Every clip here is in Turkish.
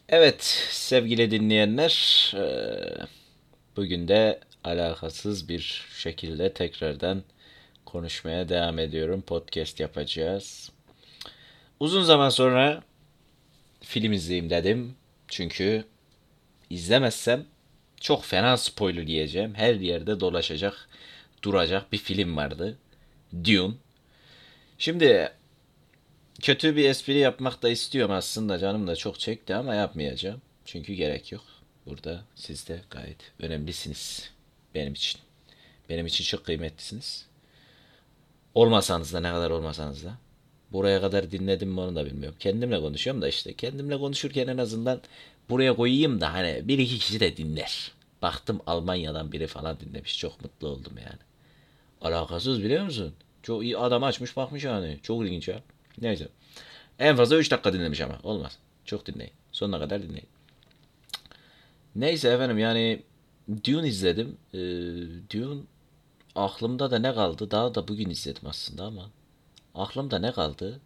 Evet sevgili dinleyenler, bugün de alakasız bir şekilde tekrardan konuşmaya devam ediyorum. Podcast yapacağız. Uzun zaman sonra film izleyeyim dedim. Çünkü izlemezsem çok fena spoiler yiyeceğim. Her yerde dolaşacak, duracak bir film vardı. Dune. Şimdi kötü bir espri yapmak da istiyorum aslında. Canım da çok çekti ama yapmayacağım. Çünkü gerek yok. Burada siz de gayet önemlisiniz. Benim için. Benim için çok kıymetlisiniz. Olmasanız da ne kadar olmasanız da. Buraya kadar dinledim mi onu da bilmiyorum. Kendimle konuşuyorum da işte. Kendimle konuşurken en azından buraya koyayım da hani bir iki kişi de dinler. Baktım Almanya'dan biri falan dinlemiş. Çok mutlu oldum yani. Alakasız biliyor musun? Çok iyi adam açmış bakmış yani. Çok ilginç ya. Neyse. En fazla 3 dakika dinlemiş ama. Olmaz. Çok dinleyin. Sonuna kadar dinleyin. Neyse efendim yani Dune izledim. Dune aklımda da ne kaldı? Daha da bugün izledim aslında ama. Aklımda ne kaldı?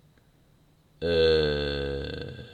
Ee,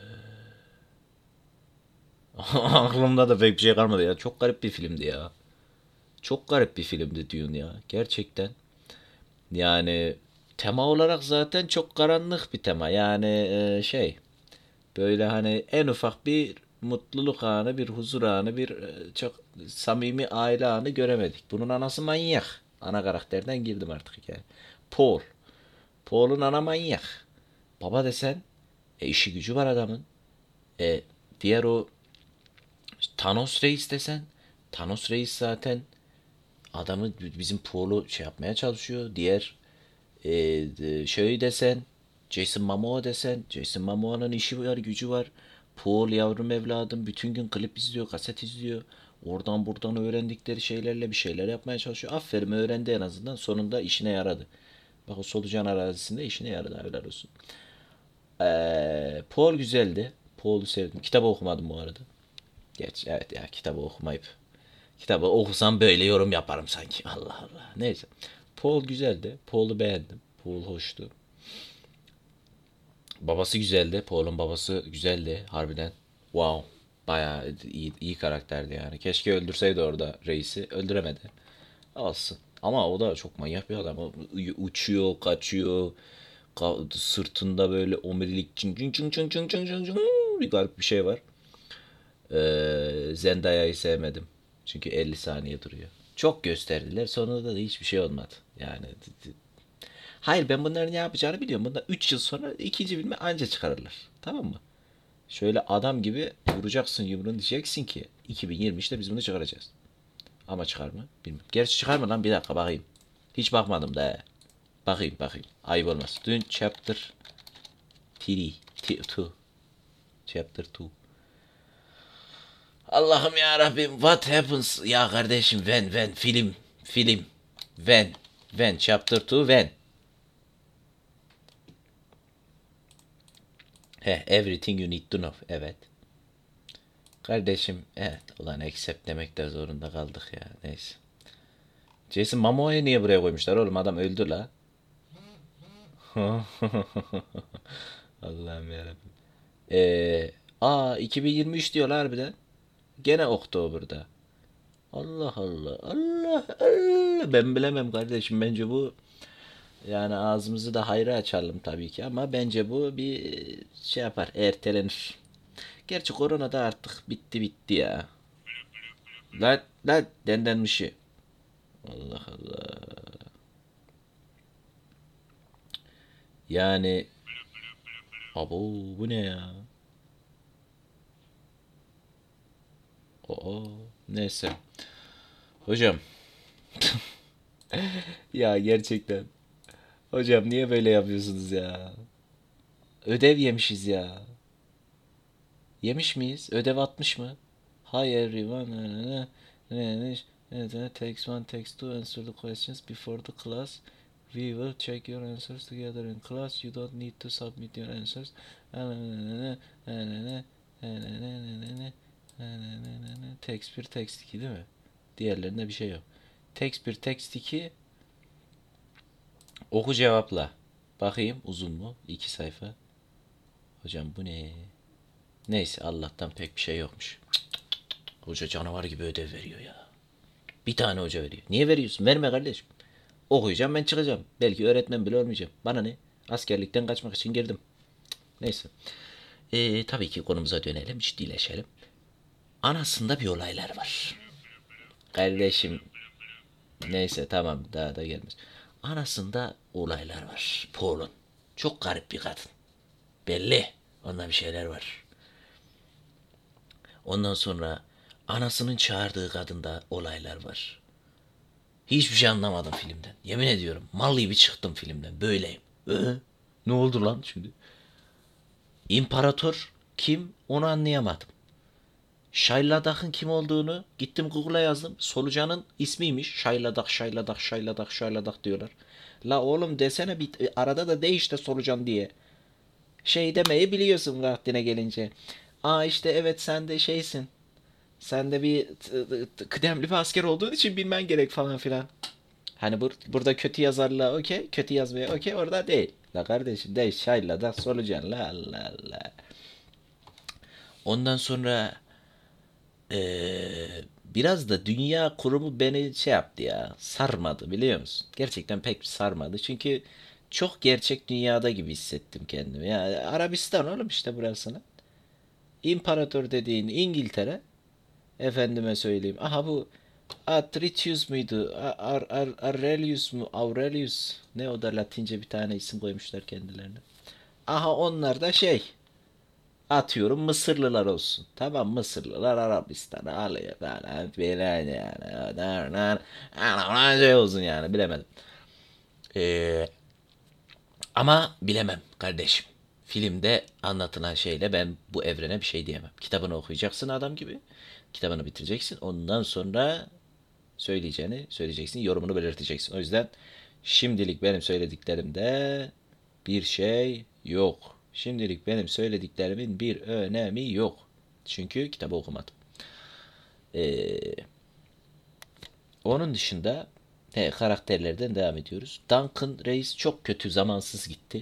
aklımda da pek bir şey kalmadı ya. Çok garip bir filmdi ya. Çok garip bir filmdi Dune ya. Gerçekten. Yani tema olarak zaten çok karanlık bir tema. Yani böyle hani en ufak bir mutluluk anı, bir huzur anı, bir çok samimi aile anı göremedik. Bunun anası manyak. Ana karakterden girdim artık yani. Paul. Paul'un ana manyak. Baba desen işi gücü var adamın. E, diğer o Thanos Reis desen Thanos Reis zaten adamı bizim Paul'u şey yapmaya çalışıyor. Diğer şey desen Jason Momoa desen Jason Momoa'nın işi var gücü var. Paul yavrum evladım bütün gün klip izliyor, kaset izliyor. Oradan buradan öğrendikleri şeylerle bir şeyler yapmaya çalışıyor. Aferin öğrendi en azından. Sonunda işine yaradı. Bak o solucan arazisinde işine yaradı. Helal olsun. Paul güzeldi. Paul'u sevdim. Kitabı okumadım bu arada. Geç evet ya kitabı okumayıp. Kitabı okusam böyle yorum yaparım sanki. Allah Allah. Neyse. Paul güzeldi. Paul'u beğendim. Paul hoştu. Babası güzeldi. Paul'un babası güzeldi harbiden. Wow. Bayağı iyi karakterdi yani. Keşke öldürseydi orada reisi. Öldüremedi. Olsun. Ama o da çok manyak bir adam. Uçuyor, kaçıyor. Sırtında böyle omurilik çın çın çın çın çın çın çın çın bir garip bir şey var. Zendaya'yı sevmedim. Çünkü 50 saniye duruyor. Çok gösterdiler. Sonunda da hiçbir şey olmadı. Yani hayır ben bunların ne yapacağını biliyorum. Bundan 3 yıl sonra ikinci filmi anca çıkarırlar. Tamam mı? Şöyle adam gibi vuracaksın yumruğunu diyeceksin ki 2023'te biz bunu çıkaracağız. Ama çıkar mı? Bilmiyorum. Gerçi çıkar mı lan? Bir dakika bakayım. Hiç bakmadım da. Bakayım. Ayıp olmaz. Dün chapter 3. 2. Chapter 2. Allah'ım ya Rabbim. What happens? Ya kardeşim when film when chapter 2 when. Everything you need to know. Evet. Kardeşim evet ulan accept demek de zorunda kaldık ya. Neyse. Jason Momoa'yı niye buraya koymuşlar oğlum adam öldü la. Allah'ım yarabbim. 2023 diyorlar harbiden. Gene Oktober'da. Allah Allah. Allah Allah. Ben bilemem kardeşim. Bence bu yani ağzımızı da hayra açalım tabii ki ama bence bu bir şey yapar. Ertelenir. Gerçi korona da artık bitti ya. Lan dendenmişi. Allah Allah. Yani abo bu ne ya? Oo neyse. Hocam ya gerçekten. Hocam niye böyle yapıyorsunuz ya? Ödev yemişiz ya. Yemiş miyiz? Ödev atmış mı? Hi everyone. Takes one, takes two, answer the questions before the class. We will check your answers together in class. You don't need to submit your answers. Text 1, text 2 değil mi? Diğerlerinde bir şey yok. Text 1, text 2 oku cevapla. Bakayım uzun mu? 2 sayfa. Hocam bu ne? Neyse Allah'tan pek bir şey yokmuş. Hoca canavar gibi ödev veriyor ya. Bir tane hoca veriyor. Niye veriyorsun? Verme kardeşim. Okuyacağım ben çıkacağım. Belki öğretmen bile olmayacağım. Bana ne? Askerlikten kaçmak için girdim. Neyse. Tabii ki konumuza dönelim. Ciddileşelim. Anasında bir olaylar var. Kardeşim. Neyse tamam daha da gelmez. Anasında olaylar var. Paul'un. Çok garip bir kadın. Belli. Onda bir şeyler var. Ondan sonra anasının çağırdığı kadında olaylar var. Hiçbir şey anlamadım filmden. Yemin ediyorum. Mal gibi çıktım filmden. Böyleyim. Ne oldu lan şimdi? İmparator kim? Onu anlayamadım. Şayladak'ın kim olduğunu gittim Google'a yazdım. Solucanın ismiymiş. Şayladak, Şayladak, Şayladak, Şayladak diyorlar. La oğlum desene bir arada da de işte Solucan diye. Şey demeyi biliyorsun vaktine gelince. Aa işte evet sen de şeysin. Sen de bir kıdemli bir asker olduğun için bilmen gerek falan filan. Hani burada kötü yazarla okey, kötü yazmaya okey orada değil. La kardeşim değil şayla da solucan la Allah Allah. Ondan sonra biraz da dünya kurumu beni şey yaptı ya sarmadı biliyor musun? Gerçekten pek sarmadı çünkü çok gerçek dünyada gibi hissettim kendimi. Ya Arabistan oğlum işte burasını. İmparator dediğin İngiltere. Efendime söyleyeyim. Aha bu Atritius muydu? Aurelius mu? Aurelius. Ne o da Latince bir tane isim koymuşlar kendilerine. Aha onlar da şey. Atıyorum Mısırlılar olsun. Tamam Mısırlılar Arabistan'a alıyor falan filan yani. Şey olsun yani bilemedim. Ee, ama bilemem kardeşim. Filmde anlatılan şeyle ben bu evrene bir şey diyemem. Kitabını okuyacaksın adam gibi. Kitabını bitireceksin. Ondan sonra söyleyeceğini söyleyeceksin. Yorumunu belirteceksin. O yüzden şimdilik benim söylediklerimde bir şey yok. Şimdilik benim söylediklerimin bir önemi yok. Çünkü kitabı okumadım. Ee, onun dışında karakterlerden devam ediyoruz. Duncan Reis çok kötü zamansız gitti.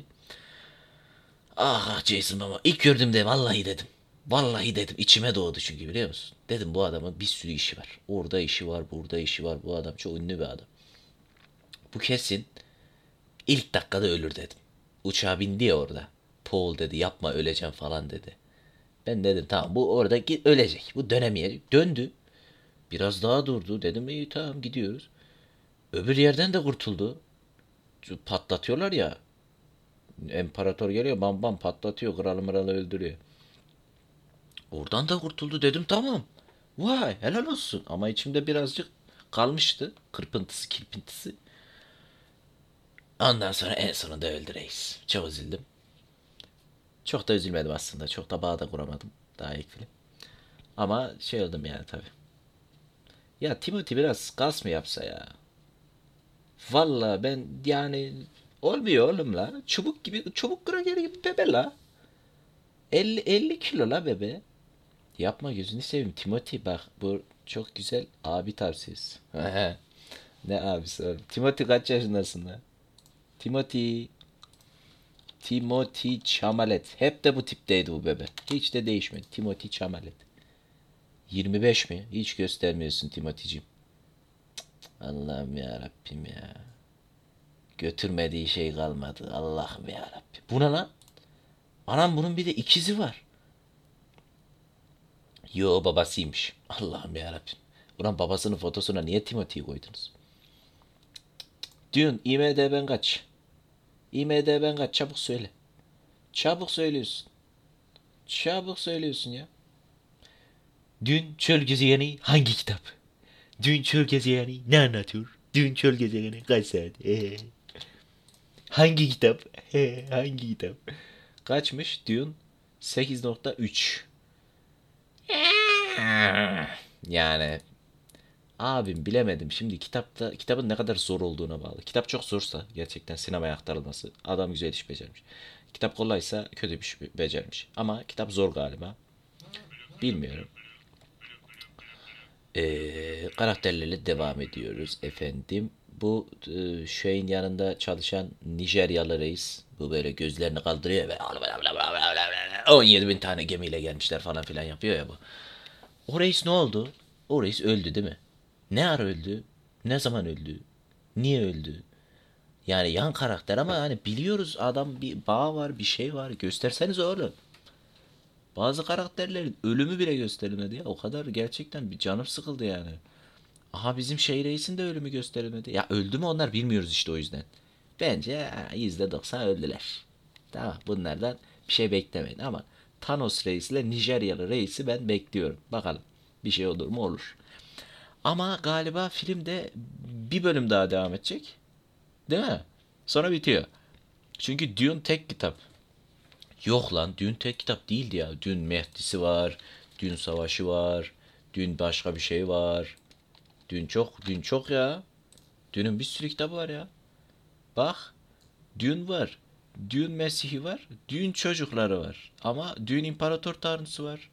Ah Jason ama ilk gördüğümde vallahi dedim. Vallahi dedim içime doğdu çünkü biliyor musun? Dedim bu adamın bir sürü işi var. Orada işi var, burada işi var. Bu adam çok ünlü bir adam. Bu kesin ilk dakikada ölür dedim. Uçağa bindi ya orada. Paul dedi yapma öleceğim falan dedi. Ben dedim tamam bu orada ölecek. Bu dönemeyecek. Döndü. Biraz daha durdu. Dedim iyi tamam gidiyoruz. Öbür yerden de kurtuldu. Patlatıyorlar ya. İmparator geliyor bam bam patlatıyor. Kralı mıralı öldürüyor. Oradan da kurtuldu dedim tamam. Vay helal olsun. Ama içimde birazcık kalmıştı. Kırpıntısı kirpintisi. Ondan sonra en sonunda öldü reis. Çok üzüldüm. Çok da üzülmedim aslında. Çok da bağ da kuramadım. Daha ilk film. Ama şey oldum yani tabii. Ya Timothy biraz kas mı yapsa ya? Valla ben yani olmuyor oğlum la. Çubuk gibi çubuk krakeri gibi bebe la. 50 kilo la bebe. Yapma gözünü seveyim Timothy bak bu çok güzel abi tavsiyesi. Ne abisi oğlum. Timothy kaç yaşındasın la? Timothy. Timothy Chamalet. Hep de bu tipteydi bu bebe. Hiç de değişmedi. Timothy Chamalet. 25 mi? Hiç göstermiyorsun Timothy'cim. Allah'ım ya Rabbim ya. Götürmediği şey kalmadı. Allah'ım ya Rabbim. Bu ne lan? Anam bunun bir de ikizi var. Yo babasıymış. Allah'ım ya Rabbim. Ulan babasının fotosuna niye Timothy'yi koydunuz? Dün IMDb'den kaç? IMDb'den kaç? Çabuk söyle. Çabuk söylüyorsun. Çabuk söylüyorsun ya. Dün Çöl Gezegeni hangi kitap? Dün Çöl Gezegeni ne anlatıyor? Dün Çöl Gezegeni kaç saat? Hangi kitap? Hangi kitap? Kaçmış? Dune 8.3. Yani abim bilemedim. Şimdi kitabın ne kadar zor olduğuna bağlı. Kitap çok zorsa gerçekten sinemaya aktarılması adam güzel iş becermiş. Kitap kolaysa kötü bir iş becermiş. Ama kitap zor galiba. Bilmiyorum. Karakterlerle devam ediyoruz efendim. Bu şeyin yanında çalışan Nijeryalı reis. Bu böyle gözlerini kaldırıyor ve 17 bin tane gemiyle gelmişler falan filan yapıyor ya bu. O reis ne oldu? O reis öldü değil mi? Ne ara öldü? Ne zaman öldü? Niye öldü? Yani yan karakter ama hani biliyoruz adam bir bağ var bir şey var. Gösterseniz oğlum. Bazı karakterlerin ölümü bile gösterilmedi ya. O kadar gerçekten bir canım sıkıldı yani. Aha bizim şey reisin de ölümü gösterilmedi. Ya öldü mü onlar bilmiyoruz işte o yüzden. Bence %90 öldüler. Tamam bunlardan bir şey beklemeyin ama Thanos reisle Nijeryalı reisi ben bekliyorum. Bakalım bir şey olur mu olur. Ama galiba filmde bir bölüm daha devam edecek. Değil mi? Sonra bitiyor. Çünkü Dune tek kitap. Yok lan Dune tek kitap değildi ya. Dune Mehdi'si var. Dune Savaşı var. Dune başka bir şey var. Dune çok ya. Dune'un bir sürü kitabı var ya. Bak Dune var. Dune Mesih'i var. Dune çocukları var. Ama Dune İmparator Tanrısı var.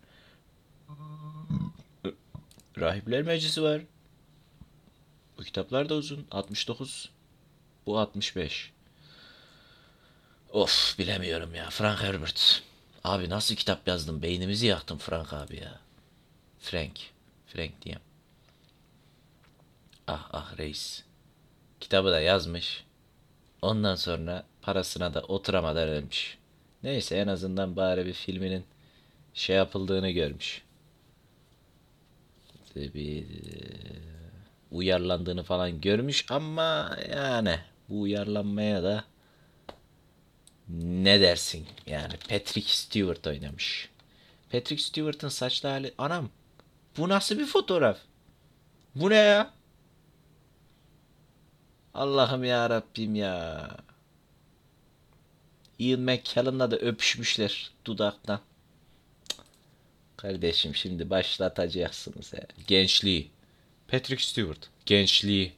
Rahipler Meclisi var. Bu kitaplar da uzun. 69. Bu 65. Of bilemiyorum ya. Frank Herbert. Abi nasıl kitap yazdım? Beynimizi yaktım Frank abi ya. Frank. Frank diyeyim. Ah ah reis. Kitabı da yazmış. Ondan sonra parasına da oturamadan ölmüş. Neyse en azından bari bir filminin şey yapıldığını görmüş. Bir uyarlandığını falan görmüş ama yani bu uyarlanmaya da ne dersin? Yani Patrick Stewart oynamış. Patrick Stewart'ın saçlı hali... Anam bu nasıl bir fotoğraf? Bu ne ya? Allah'ım ya Rabbim ya. Ian McKellen'la da öpüşmüşler dudaktan. Kardeşim şimdi başlatacaksınız ya. Gençliği. Patrick Stewart. Gençliği.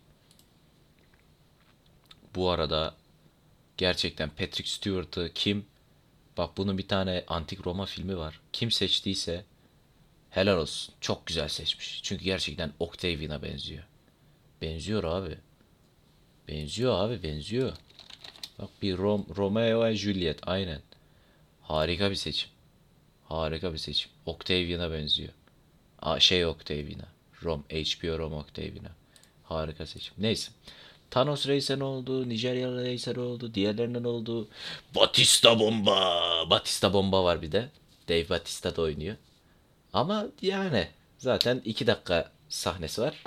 Bu arada gerçekten Patrick Stewart'ı kim... Bak bunun bir tane Antik Roma filmi var. Kim seçtiyse helal olsun. Çok güzel seçmiş. Çünkü gerçekten Octavian'a benziyor. Benziyor abi. Benziyor abi benziyor. Bak bir Romeo ve Juliet aynen. Harika bir seçim. Harika bir seçim. Octavian'a benziyor. Şey Octavian'a. HBO Rom Octavian'a. Harika seçim. Neyse. Thanos Reis'e ne oldu? Nijeryalı Reis'e ne oldu? Diğerlerine ne oldu? Batista Bomba. Batista Bomba var bir de. Dave Batista da oynuyor. Ama yani zaten 2 dakika sahnesi var.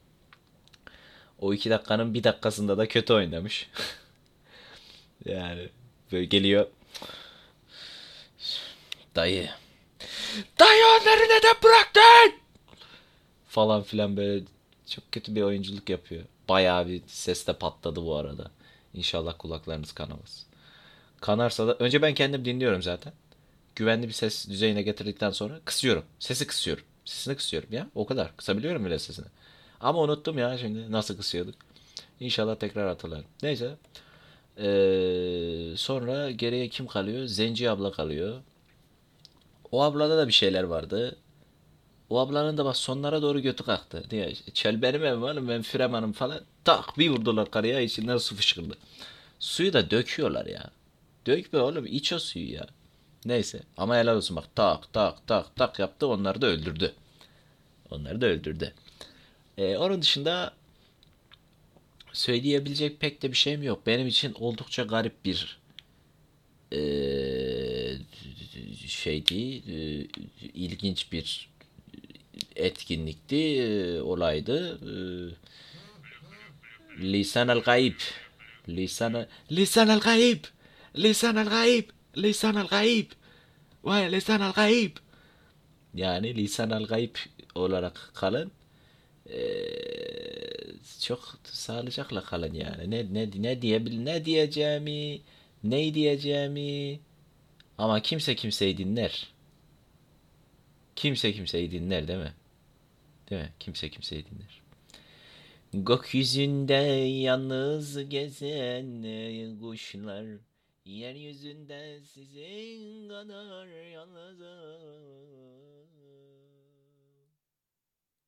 O 2 dakikanın bir dakikasında da kötü oynamış. Yani böyle geliyor. Dayı. Dayı onları neden bıraktın? Falan filan böyle çok kötü bir oyunculuk yapıyor. Bayağı bir ses de patladı bu arada. İnşallah kulaklarınız kanamaz. Kanarsa da önce ben kendim dinliyorum zaten. Güvenli bir ses düzeyine getirdikten sonra kısıyorum. Sesi kısıyorum. Sesini kısıyorum ya. O kadar. Kısabiliyorum bile sesini. Ama unuttum ya şimdi nasıl kısıyorduk. İnşallah tekrar hatırlarım. Neyse. Sonra geriye kim kalıyor? Zenci abla kalıyor. O ablada da bir şeyler vardı. O ablanın da bak sonlara doğru götü kalktı. Diye çel benim evim oğlum ben Füreman'ım falan. Tak bir vurdular karıya içinden su fışkırdı. Suyu da döküyorlar ya. Dökme oğlum iç o suyu ya. Neyse ama helal olsun bak tak tak tak tak yaptı onları da öldürdü. Onları da öldürdü. Onun dışında söyleyebilecek pek de bir şeyim yok. Benim için oldukça garip bir şeydi. İlginç bir etkinlikti, olaydı. Lisan el gayb. Lisan el gayb. Lisan el gayb. Lisan el gayb. Vay lisan el gayb. Yani lisan el gayb olarak kalın. Çok sağlıcakla kalın yani. Ne diyeceğimi, ne diyeceğimi ama kimse kimseyi dinler. Kimse kimseyi dinler değil mi? Değil mi? Kimse kimseyi dinler. Gökyüzünde yalnız gezen kuşlar, yeryüzünde sizin kadar yalnızım.